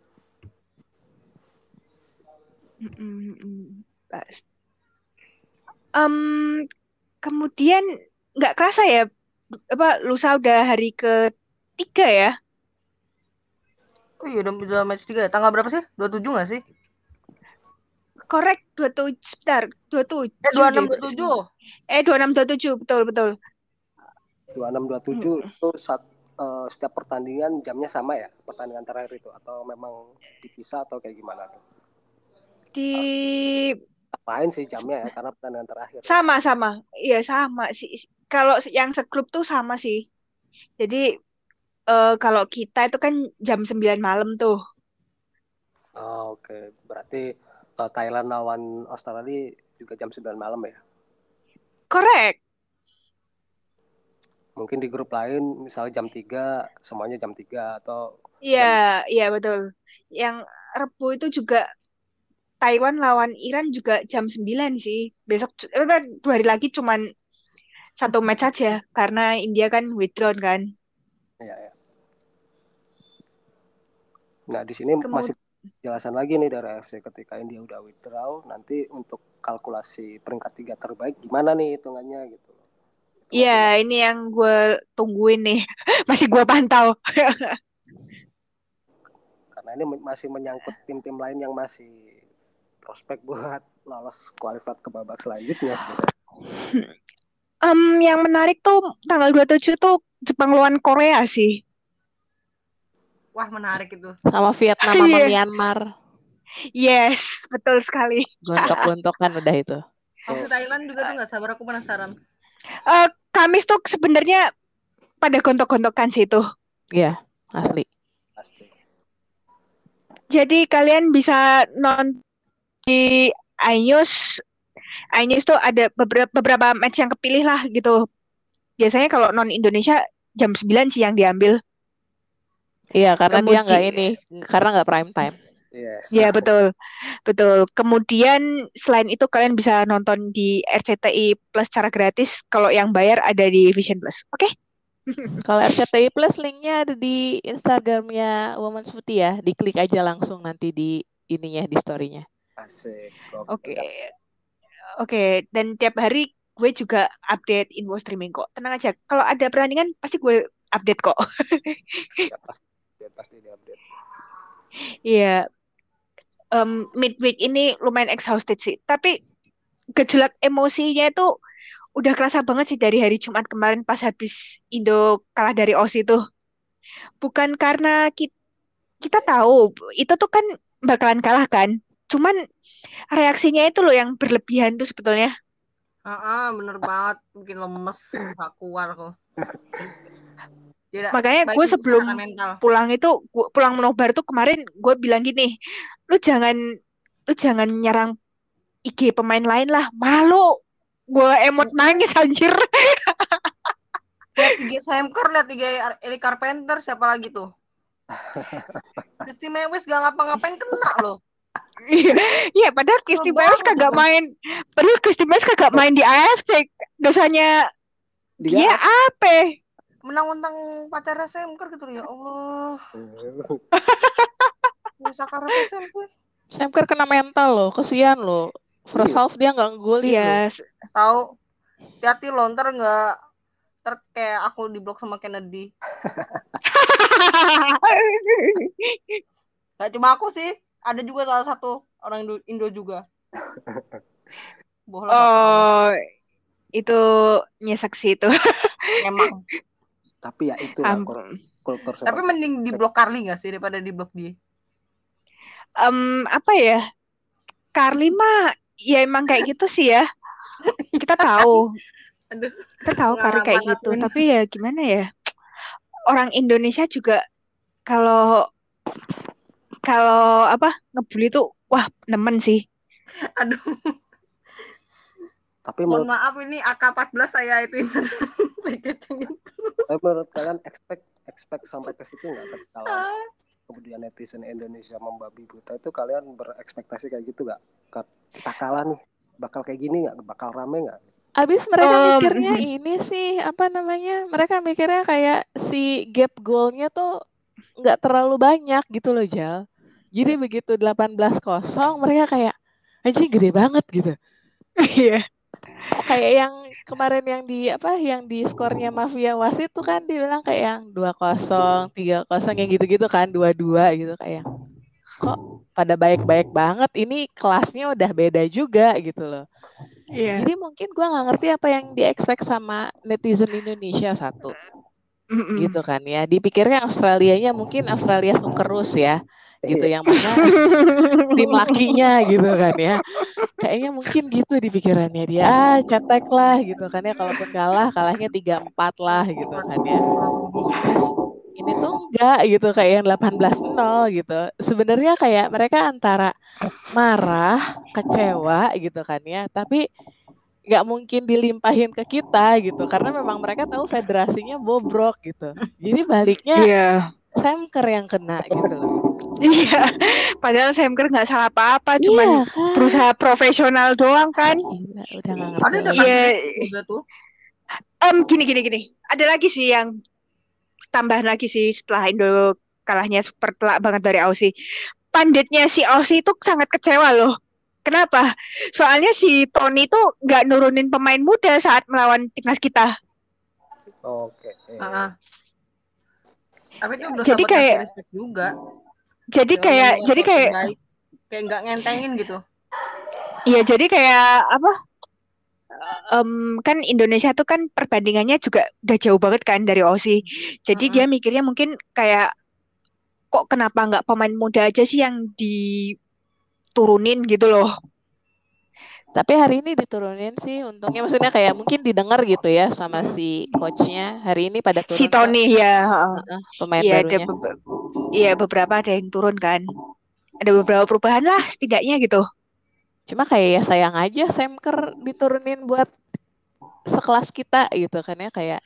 Kemudian nggak kerasa ya lusa udah hari ketiga ya. Oh iya udah match 3 ya. Tanggal berapa sih? 27 nggak sih? Korek 27 sebentar 27 26 27 betul 26-27 itu setiap pertandingan jamnya sama ya pertandingan terakhir itu atau memang dipisah atau kayak gimana tuh? Apain sih jamnya ya karena pertandingan terakhir sama iya sama sih kalau yang segrup tuh sama sih jadi kalau kita itu kan jam 9 malam tuh. Oke. Berarti Thailand lawan Australia juga jam 9 malam ya? Correct. Mungkin di grup lain misalnya jam 3 semuanya jam 3 atau iya betul. Yang Rebu itu juga Taiwan lawan Iran juga jam 9 sih. Besok 2 hari lagi cuman satu match saja karena India kan withdrawn kan. Iya. Nah, di sini masih jelasan lagi nih dari AFC ketika India udah withdraw nanti untuk kalkulasi peringkat 3 terbaik gimana nih hitungannya gitu. Iya, ini yang gue tungguin nih. Masih gue pantau. Karena ini masih menyangkut tim-tim lain yang masih prospek buat lolos kualifikasi ke babak selanjutnya sebenarnya. Yang menarik tuh tanggal 27 tuh Jepang lawan Korea sih. Wah menarik itu. Sama Vietnam sama Myanmar. Yes, betul sekali. Gontok-gontokan udah itu. Maksud Thailand juga tuh nggak sabar, aku penasaran. Kamis tuh sebenarnya pada gontok-gontokan sih itu. Iya, asli. Jadi kalian bisa nonton di iNews tuh ada beberapa match yang kepilih lah gitu. Biasanya kalau non Indonesia jam 9 sih yang diambil. Iya, karena dia karena nggak prime time. Yes. Ya betul. Kemudian selain itu kalian bisa nonton di RCTI Plus secara gratis. Kalau yang bayar ada di Vision Plus. Oke? Kalau RCTI Plus linknya ada di Instagramnya Women's Footy ya. Diklik aja langsung nanti di ininya di story-nya. Asik. Oke. Dan tiap hari gue juga update info streaming kok. Tenang aja. Kalau ada pertandingan pasti gue update kok. Ya, pasti diupdate. Iya. Midweek ini lumayan exhausted sih. Tapi gejolak emosinya itu udah kerasa banget sih dari hari Jumat kemarin pas habis Indo kalah dari Aussie itu. Bukan karena kita tahu itu tuh kan bakalan kalah kan. Cuman reaksinya itu loh yang berlebihan tuh sebetulnya. Bener banget. Bikin lemes. Gak kuat kok. Tidak Makanya baik gue untuk sebelum kesehatan mental. pulang nobar tuh kemarin gue bilang gini, lu jangan nyerang IG pemain lain lah, malu. Gue emot nangis anjir. Lihat IG Semker, lihat IG Eric Carpenter, siapa lagi tuh? Christy Mewis gak ngapa-ngapain kena loh. Iya, padahal Christy Mewis banget kagak itu. main. Padahal Christy Mewis kagak main di AFC. Dosanya dia apa? Menang-mentang pacarnya Semker gitu loh, ya Allah. Bisa karena Sem sih. Semker kena mental loh, kesian loh. First half dia nggak ngegolin loh. Iya, Tahu, hati-hati loh, ntar kayak aku diblok sama Kennedy. Gak cuma aku sih, ada juga salah satu orang Indo juga. Bohong. Oh, itu nyesek sih itu. Emang. Tapi ya itu lah kultur sepak. Tapi mending diblok Carly nggak sih daripada diblok dia? Apa ya? Carly mah ya emang kayak gitu sih ya. Kita tahu. Aduh, Kita tahu Carly kayak gitu. Tapi ya gimana ya? Orang Indonesia juga kalau apa ngebully tuh wah nemen sih. Aduh. Tapi mohon maaf ini AK-14 saya itu saya cacingin terus. Tapi menurut kalian expect sampai ke situ nggak? Kalau kemudian netizen Indonesia membabi buta itu, kalian berekspektasi kayak gitu nggak? Kita kalah nih, bakal kayak gini nggak? Bakal rame nggak? Abis mereka mikirnya ini sih apa namanya? Mereka mikirnya kayak si gap goalnya tuh nggak terlalu banyak gitu loh, Jal. Jadi begitu 18-0 mereka kayak anjing gede banget gitu. Iya. Kayak yang kemarin yang di skornya Mafia Wasit tuh kan dibilang kayak yang 2-0, 3-0 yang gitu-gitu kan, 2-2 gitu kayak. Kok pada baik-baik banget, ini kelasnya udah beda juga gitu loh. Iya. Jadi mungkin gue nggak ngerti apa yang di-expect sama netizen Indonesia satu. Gitu kan ya. Dipikirnya Australianya mungkin Australia Sungkerus ya. Gitu yang mana tim lakinya gitu kan ya. Kayaknya mungkin gitu di pikirannya dia. Cetek lah gitu kan ya. Kalaupun kalahnya 3-4 lah gitu kan ya. Terus ini tuh enggak gitu kayak yang 18-0 gitu. Sebenarnya kayak mereka antara marah, kecewa gitu kan ya. Tapi nggak mungkin dilimpahin ke kita gitu karena memang mereka tahu federasinya bobrok gitu. Jadi baliknya Semker yang kena gitu loh. Iya, padahal Semker nggak salah apa-apa, cuman kan? berusaha profesional doang kan. Gila, udah nggak ngerti. Iya tuh. Gini. Ada lagi sih yang tambahan lagi sih setelah Indo kalahnya super telak banget dari Aussie. Panditnya si Aussie itu sangat kecewa loh. Kenapa? Soalnya si Tony tuh nggak nurunin pemain muda saat melawan timnas kita. Oke. Tapi itu berusaha jadi kayak juga. Jadi kayak nggak ngentengin gitu. Iya, jadi kayak apa? Kan Indonesia tuh kan perbandingannya juga udah jauh banget kan dari Aussie. Jadi dia mikirnya mungkin kayak kok kenapa nggak pemain muda aja sih yang diturunin gitu loh. Tapi hari ini diturunin sih untungnya, maksudnya kayak mungkin didengar gitu ya sama si coachnya. Hari ini pada turun. Si Tony ya. Pemain barunya. Iya, beberapa ada yang turun kan. Ada beberapa perubahan lah setidaknya gitu. Cuma kayak ya sayang aja Semker diturunin buat sekelas kita gitu kan ya kayak.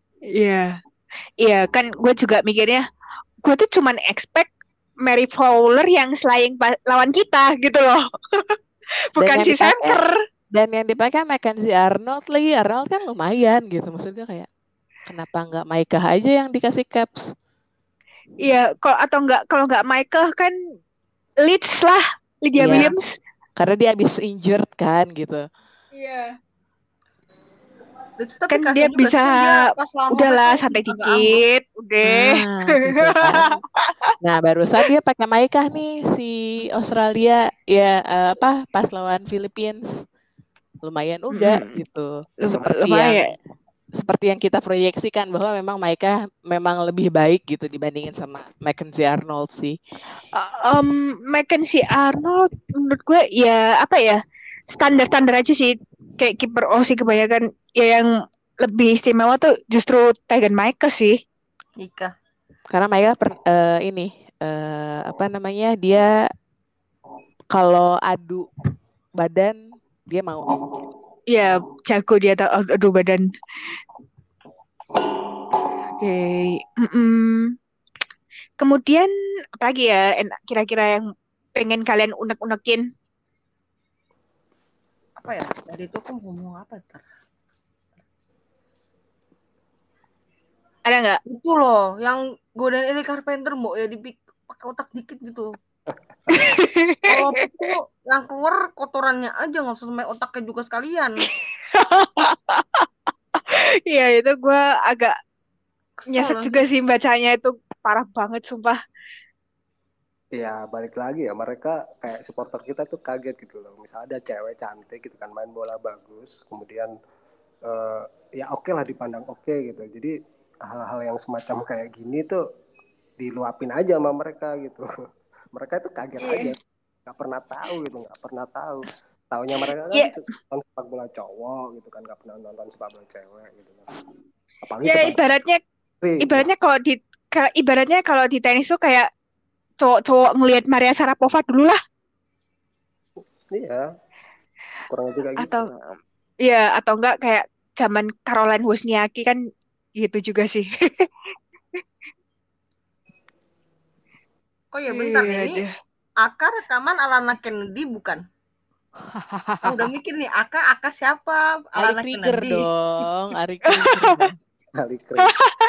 Iya kan gue juga mikirnya gue tuh cuman expect Mary Fowler yang slaying lawan kita gitu loh. Bukan si Semker. Dan yang dipakai Mackenzie Arnold lagi. Arnold kan lumayan gitu. Maksudnya kayak kenapa nggak Maikah aja yang dikasih caps? Iya, kalau nggak Maikah kan Leeds lah, Lydia Williams. Karena dia habis injured kan gitu. Iya. Kan dia bisa udahlah santai dikit, udah. Gitu kan. Nah, barusan dia pakai Maikah nih si Australia ya pas lawan Philippines. Lumayan juga gitu. Seperti yang kita proyeksikan bahwa memang Maikah memang lebih baik gitu dibandingin sama Mackenzie Arnold sih. Mackenzie Arnold menurut gue ya apa ya standar-standar aja sih, kayak kiper Aussie kebanyakan ya. Yang lebih istimewa tuh justru Tegan Maikah sih. Ika. Karena Maya apa namanya, dia kalau adu badan dia mau. Ya, jago dia adu badan. Oke. Mm-mm. Kemudian apa lagi ya kira-kira yang pengen kalian unek-unekin? Apa ya? Tadi itu aku mau ngomong apa ntar? Ada nggak? Itu loh, yang godain Eli Carpenter mau ya pakai otak dikit gitu. Kalau itu yang keluar kotorannya aja, nggak usah sampai otaknya juga sekalian. Iya, itu gue agak Kesel nyesek lah. juga sih bacanya, itu parah banget sumpah. Ya balik lagi ya, mereka kayak supporter kita tuh kaget gitu loh. Misalnya ada cewek cantik gitu kan, main bola bagus, kemudian ya oke lah, dipandang oke gitu. Jadi hal-hal yang semacam kayak gini tuh diluapin aja sama mereka gitu. Mereka itu kaget aja, Iya. nggak pernah tahu gitu, nggak pernah tahu. Taunya mereka kan Iya, nonton sepak bola cowok gitu kan, nggak pernah nonton sepak bola cewek gitu kan. Apalagi ya sepak ibaratnya bola gitu. ibaratnya kalau di tenis tuh kayak cowok-cowok ngelihat Maria Sharapova dulu lah, Iya, kurang lebih kayak gitu. atau atau enggak kayak zaman Caroline Wozniacki kan gitu juga sih. Oh ya bentar nih, Iya ini deh. Aka rekaman Alana Kennedy bukan? Udah mikir nih, Aka siapa? Ari Alana Krieger Kennedy. dong, Ari Krieger dong. Kali keren.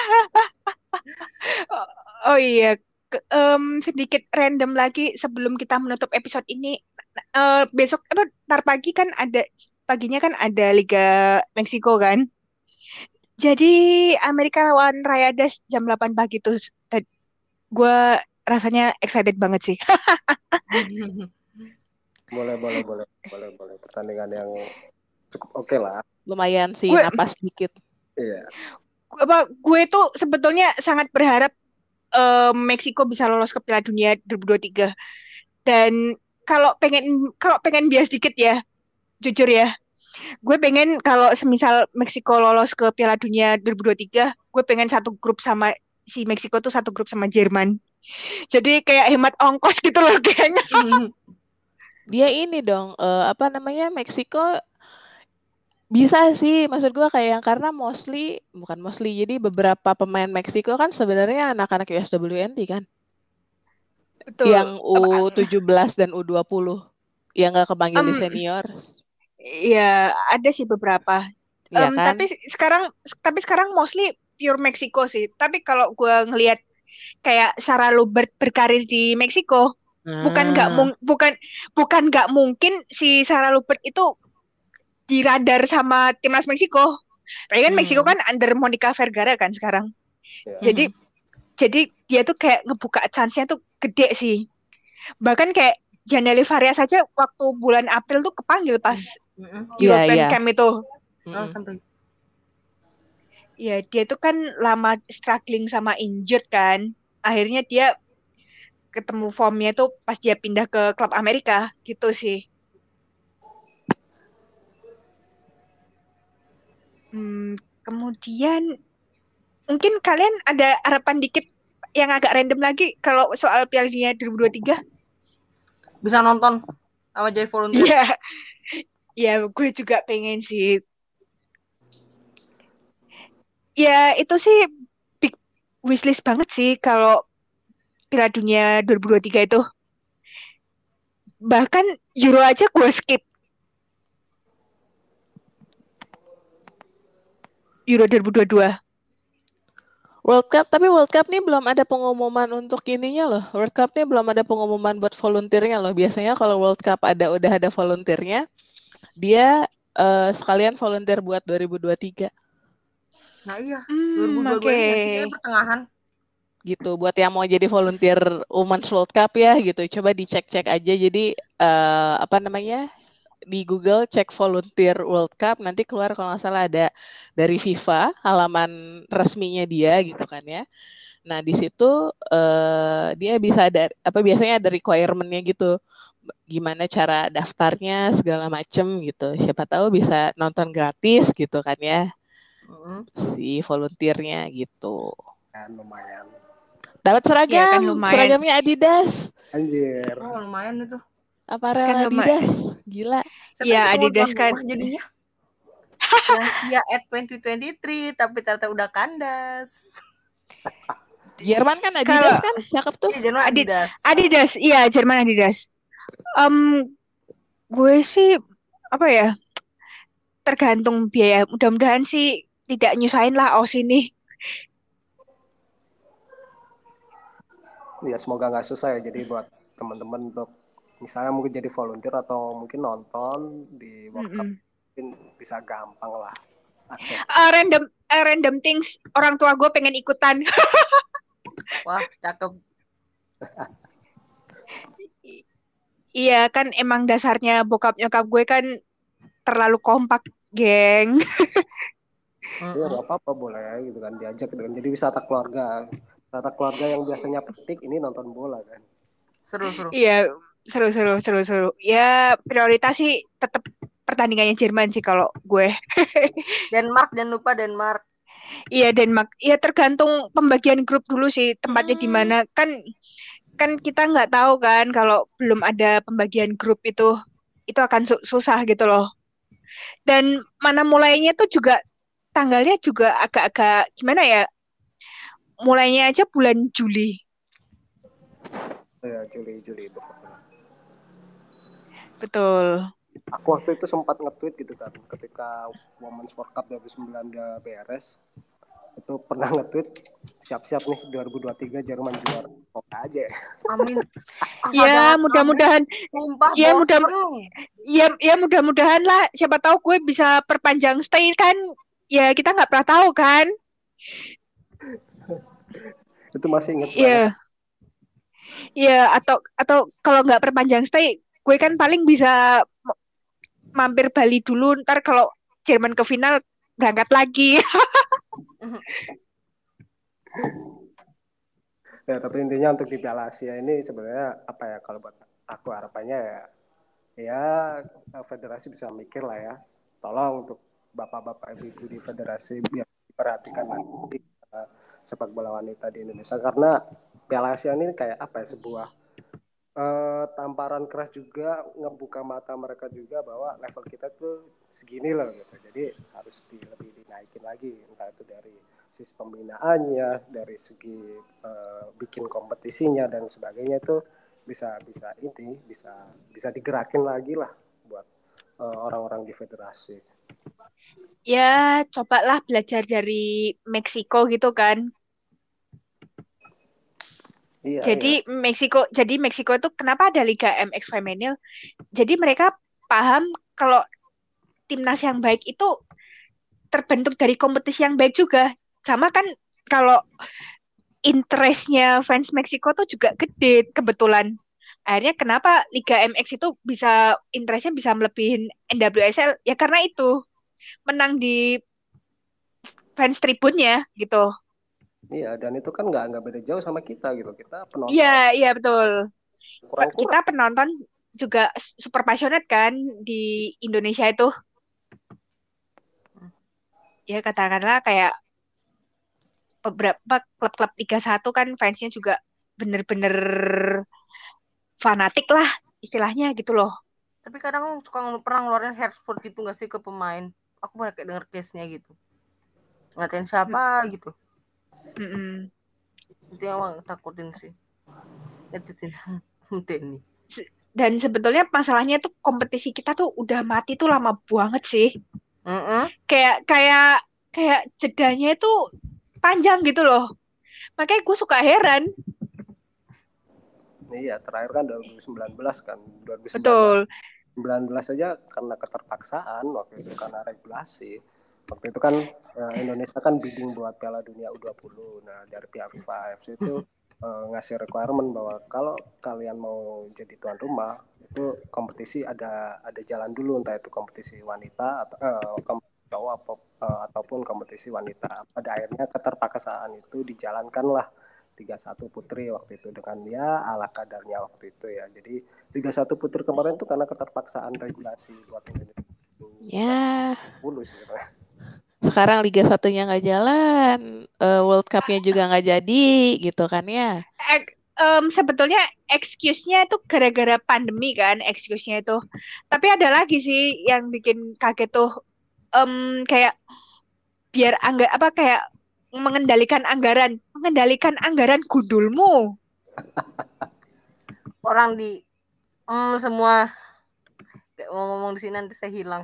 Oh, oh iya, sedikit random lagi sebelum kita menutup episode ini. Besok apa ntar paginya kan ada Liga Meksiko kan. Jadi Amerika lawan Rayadas jam 8 pagi tuh. Gue rasanya excited banget sih. Boleh. Pertandingan yang cukup oke lah. Lumayan sih, Gue napas dikit. Iya. gue tuh sebetulnya sangat berharap Meksiko bisa lolos ke Piala Dunia 2023. Dan kalau pengen bias dikit ya, jujur ya, gue pengen kalau semisal Meksiko lolos ke Piala Dunia 2023, gue pengen satu grup sama si Meksiko tuh satu grup sama Jerman. Jadi kayak hemat ongkos gitu loh kayaknya. Dia ini dong, apa namanya, Meksiko bisa sih, maksud gue kayak karena bukan mostly, jadi beberapa pemain Meksiko kan sebenarnya anak-anak USWND kan, Betul. yang U17 dan U20 yang nggak kepanggil di Em, senior, ya ada sih beberapa. ya kan? Tapi sekarang mostly pure Meksiko sih. Tapi kalau gue ngelihat kayak Sarah Lubert berkarir di Meksiko, Nah, bukan nggak mungkin si Sarah Lubert itu di radar sama timnas Meksiko. Tapi kan Meksiko hmm, kan under Monica Vergara kan sekarang. Ya. Jadi mhm. jadi dia tuh kayak ngebuka chance-nya tuh gede sih. Bahkan kayak Janelle Varias saja waktu bulan April tuh kepanggil pas Iya, European iya. Camp itu. Oh, sampai. Ya dia tuh kan lama struggling sama injured kan. Akhirnya dia ketemu formnya tuh pas dia pindah ke klub Amerika gitu sih. Kemudian mungkin kalian ada harapan dikit yang agak random lagi kalau soal Piala Dunia 2023? Bisa nonton sama jadi volunteer. Iya, ya gue juga pengen sih. Ya itu sih big wishlist banget sih kalau Piala Dunia 2023 itu. Bahkan Euro aja gue skip. Euro 2022. Tapi World Cup nih belum ada pengumuman untuk ininya loh. World Cup nih belum ada pengumuman buat volunteernya loh. Biasanya kalau World Cup udah ada volunteernya, dia sekalian volunteer buat 2023. Nah iya, 2022 Oke. ini kayaknya pertengahan. Gitu, buat yang mau jadi volunteer Women's World Cup ya gitu. Coba dicek-cek aja. Jadi apa namanya, di Google cek volunteer World Cup, nanti keluar kalau nggak salah ada dari FIFA, halaman resminya dia gitu kan ya. Nah di situ dia bisa ada biasanya ada requirement-nya gitu, gimana cara daftarnya segala macem gitu. Siapa tahu bisa nonton gratis gitu kan ya, si volunteernya gitu. Ya, lumayan. Dapat Iya seragam, kan lumayan. seragamnya Adidas. Anjir. Oh, lumayan itu. Aparel Kan lumayan. Adidas. Gila. Siapa Iya, yang ketemu Adidas tuan kan. rumah jadinya? Yang setia at 2023 tapi ternyata udah kandas. Jerman kan Kalau Adidas kan, cakep tuh. Iya, Jerman Adidas. Adidas, iya Jerman Adidas. Gue sih apa ya? Tergantung biaya. Mudah-mudahan sih tidak nyusahin lah aus ini. Ya semoga nggak susah ya. Jadi buat teman-teman untuk misalnya mungkin jadi volunteer atau mungkin nonton di World Cup Mm-mm. mungkin bisa gampang lah akses. Random things. Orang tua gue pengen ikutan. Wah, cakep. Iya kan emang dasarnya bokap nyokap gue kan terlalu kompak, geng. Iya nggak apa-apa boleh gitu kan diajak gitu kan. Jadi wisata keluarga yang biasanya petik ini nonton bola kan. Seru. Iya, seru. Ya prioritas sih tetap pertandingannya Jerman sih kalau gue. Denmark, jangan lupa Denmark. Iya Denmark. Ya tergantung pembagian grup dulu sih tempatnya di mana. Kan kita nggak tahu kan kalau belum ada pembagian grup itu akan susah gitu loh. Dan mana mulainya tuh juga tanggalnya juga agak-agak gimana ya? Mulainya aja bulan Juli. Ya Juli betul. Betul. Aku waktu itu sempat nge-tweet gitu kan ketika Women's World Cup 2009 udah beres. Itu pernah nge-tweet siap-siap nih 2023 Jerman juara. Oke aja. Amin. Ya mudah-mudahan. Sumpah, Ya bosen. mudah-mudahan lah. Siapa tahu gue bisa perpanjang stay kan? Ya kita nggak pernah tahu kan? Itu masih inget Iya. Iya atau kalau nggak perpanjang stay, gue kan paling bisa mampir Bali dulu. Ntar kalau Jerman ke final berangkat lagi. Ya, tapi intinya untuk di Piala Asia ini sebenarnya apa ya kalau buat aku harapannya ya federasi bisa mikir lah ya. Tolong untuk bapak-bapak ibu di federasi biar diperhatikan lagi sepak bola wanita di Indonesia karena Piala Asia ini kayak apa ya sebuah tamparan keras juga ngebuka mata mereka juga bahwa level kita tuh segini loh gitu. Jadi harus lebih dinaikin lagi entah itu dari sisi pembinaannya, dari segi bikin kompetisinya dan sebagainya itu bisa digerakin lagi lah buat orang-orang di federasi. Ya cobalah belajar dari Meksiko gitu kan. Iya. Jadi Meksiko itu kenapa ada Liga MX Femenil? Jadi mereka paham kalau timnas yang baik itu terbentuk dari kompetisi yang baik juga. Sama kan kalau interestnya fans Meksiko tuh juga gede kebetulan. Akhirnya kenapa Liga MX itu interestnya bisa melebihin NWSL? Ya karena itu menang di fans tribunnya gitu. Iya, dan itu kan nggak beda jauh sama kita gitu. Kita penonton. Iya betul. Kurang. Kita penonton juga super passionate kan di Indonesia itu. Ya katakanlah kayak beberapa klub-klub Liga 1 kan fansnya juga bener-bener fanatik lah istilahnya gitu loh. Tapi kadang suka pernah ngeluarin Herford gitu nggak sih ke pemain? Aku pernah kayak denger case-nya gitu. Ngatain siapa gitu. Itu yang takutin sih. Netizen Denny. Dan sebetulnya masalahnya tuh kompetisi kita tuh udah mati tuh lama banget sih. Kayak jedanya itu panjang gitu loh. Makanya gue suka heran. Iya, terakhir kan 2019 kan. 2019. Betul. 19 aja karena keterpaksaan waktu itu karena regulasi. Waktu itu kan Indonesia kan bidding buat Piala Dunia U20. Nah, dari pihak FIFA AFC itu ngasih requirement bahwa kalau kalian mau jadi tuan rumah itu kompetisi ada jalan dulu, entah itu kompetisi wanita atau kompetisi cowok ataupun kompetisi wanita. Pada akhirnya keterpaksaan itu dijalankanlah Liga 1 Putri waktu itu dengan ya ala kadarnya waktu itu ya. Jadi Liga 1 Putri kemarin tuh karena keterpaksaan regulasi buat Indonesia. Ya. Bulus gitu. Sekarang Liga 1-nya nggak jalan, World Cup-nya juga nggak jadi gitu kan ya. Sebetulnya excuse-nya itu gara-gara pandemi kan, excuse-nya itu. Tapi ada lagi sih yang bikin kaget tuh, kayak biar kayak mengendalikan anggaran gundulmu. Orang di semua kayak mau ngomong di sini nanti saya hilang.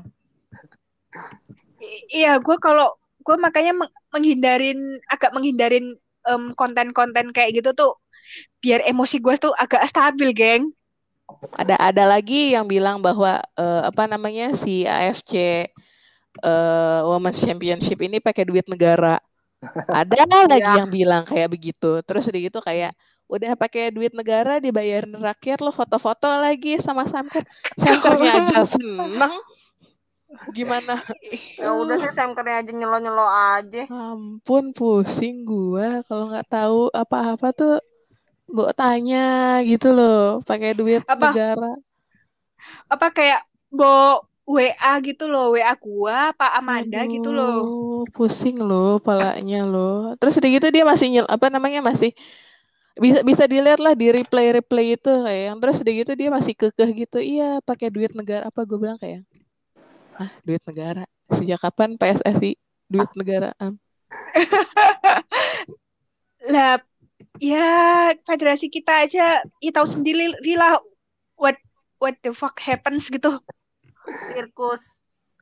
Iya, gue makanya agak menghindarin konten-konten kayak gitu tuh, biar emosi gue tuh agak stabil, geng. Ada lagi yang bilang bahwa apa namanya si AFC Women's Championship ini pakai duit negara. Ada lagi yang bilang kayak begitu. Terus udah gitu kayak udah pakai duit negara dibayarin rakyat lo foto-foto lagi sama Samker. Samkernya aja seneng. Gimana? Ya udah sih Samkernya aja nyelo-nyelo aja. Ampun pusing gua kalau nggak tahu apa-apa tuh Mbok tanya gitu loh, pakai duit negara. Apa kayak Mbok WA gitu loh, WA gua, Pak Amanda gitu loh. Pusing loh palanya loh. Terus udah gitu dia masih masih bisa dilihat lah di replay itu kayak yang terus udah gitu dia masih kekeh gitu. Iya, pakai duit negara apa gue bilang kayak. Ah, duit negara. Sejak kapan PSSI duit negara? Lah, ya federasi kita aja ya tahu sendiri lah what the fuck happens gitu. Sirkus.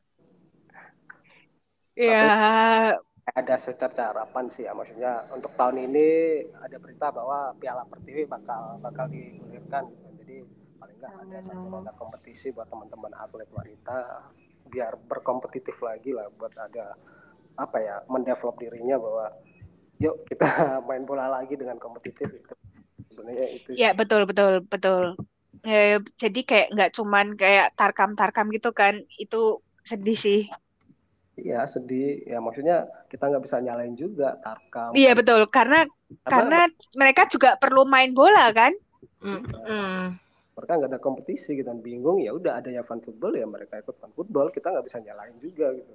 Ya, ada secerca harapan sih ya, maksudnya untuk tahun ini ada berita bahwa Piala Pertiwi bakal digulirkan gitu. Jadi paling nggak ada satu roda kompetisi buat teman-teman atlet wanita biar berkompetitif lagi lah, buat ada apa ya, mendevelop dirinya bahwa yuk kita main bola lagi dengan kompetitif itu. Sebenarnya itu ya betul. Ya, jadi kayak nggak cuman kayak tarkam gitu kan, itu sedih sih. Iya sedih ya, maksudnya kita nggak bisa nyalain juga tarkam. Iya betul, karena mereka juga perlu main bola kan. Mereka nggak ada kompetisi gitu, bingung. Ya udah adanya fan football ya mereka ikut fan football, kita nggak bisa nyalain juga gitu.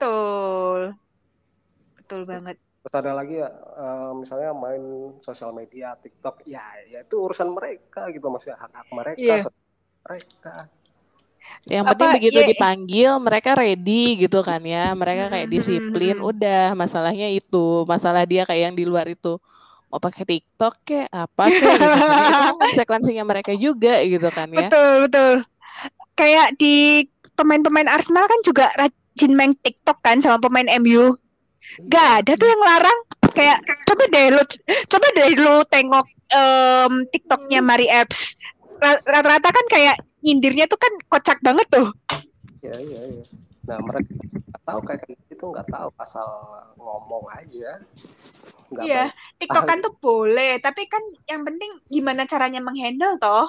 Betul banget. Terus ada lagi ya misalnya main sosial media TikTok, ya itu urusan mereka gitu, maksudnya hak mereka, mereka. Yang penting begitu dipanggil mereka ready gitu kan ya, mereka kayak disiplin. Udah masalahnya itu, masalah dia kayak yang di luar itu mau pakai TikTok kayak apa kayak gitu kan, itu kan konsekuensinya mereka juga gitu kan ya. Betul. Kayak di pemain-pemain Arsenal kan juga rajin main TikTok kan sama pemain MU. Gak ada tuh yang larang. Kayak coba deh lu tengok TikToknya Mari Epps. Rata-rata kan kayak nyindirnya tuh kan kocak banget tuh. Iya. Nah mereka nggak tahu kayak gitu, nggak tahu, asal ngomong aja. Iya, TikTokan tuh boleh, tapi kan yang penting gimana caranya menghandle toh.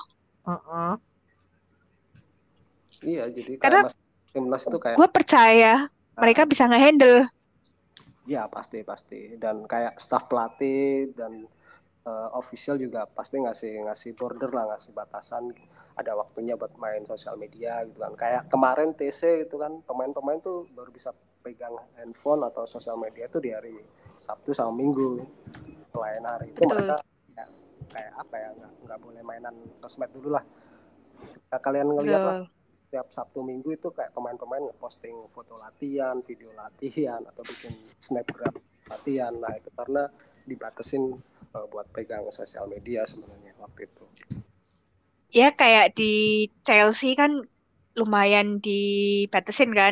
Iya, jadi karena timnas itu kayak gue percaya mereka bisa ngehandle. Ya pasti. Dan kayak staf pelatih dan official juga pasti ngasih border lah, ngasih batasan. Ada waktunya buat main sosial media gitu kan. Kayak kemarin TC gitu kan, pemain-pemain tuh baru bisa pegang handphone atau sosial media tuh di hari Sabtu sama Minggu. Selain hari itu mereka kayak apa ya, nggak boleh mainan sosmed dulu lah. Nah, kalian ngeliat lah setiap Sabtu Minggu itu kayak pemain-pemain ngeposting foto latihan, video latihan, atau bikin snapgram latihan. Nah itu karena dibatasin buat pegang sosial media sebenarnya waktu itu. Ya kayak di Chelsea kan lumayan dibatasin kan.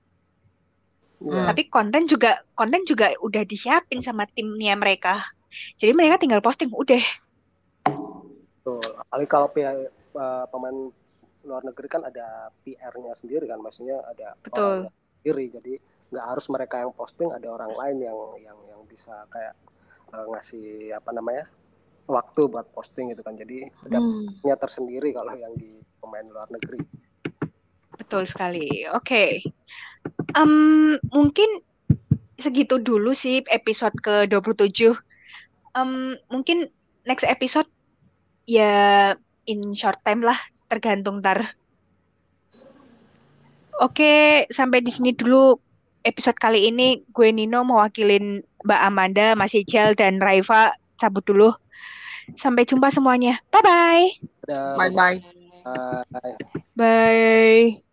Tapi konten juga udah disiapin sama timnya mereka. Jadi mereka tinggal posting udah. Betul. Kalau pemain luar negeri kan ada PR-nya sendiri kan, maksudnya ada orang sendiri, jadi nggak harus mereka yang posting, ada orang lain yang bisa kayak ngasih waktu buat posting gitu kan, jadi ada PR-nya tersendiri kalau yang di pemain luar negeri. Betul sekali. Oke. Mungkin segitu dulu sih episode ke-27. Mungkin next episode ya in short time lah, tergantung ntar. Oke, sampai di sini dulu episode kali ini gue Nino mewakilin Mbak Amanda, Mas Ijal, dan Raifa cabut dulu. Sampai jumpa semuanya. Bye-bye. Dadah, Bye-bye. bye-bye. Bye.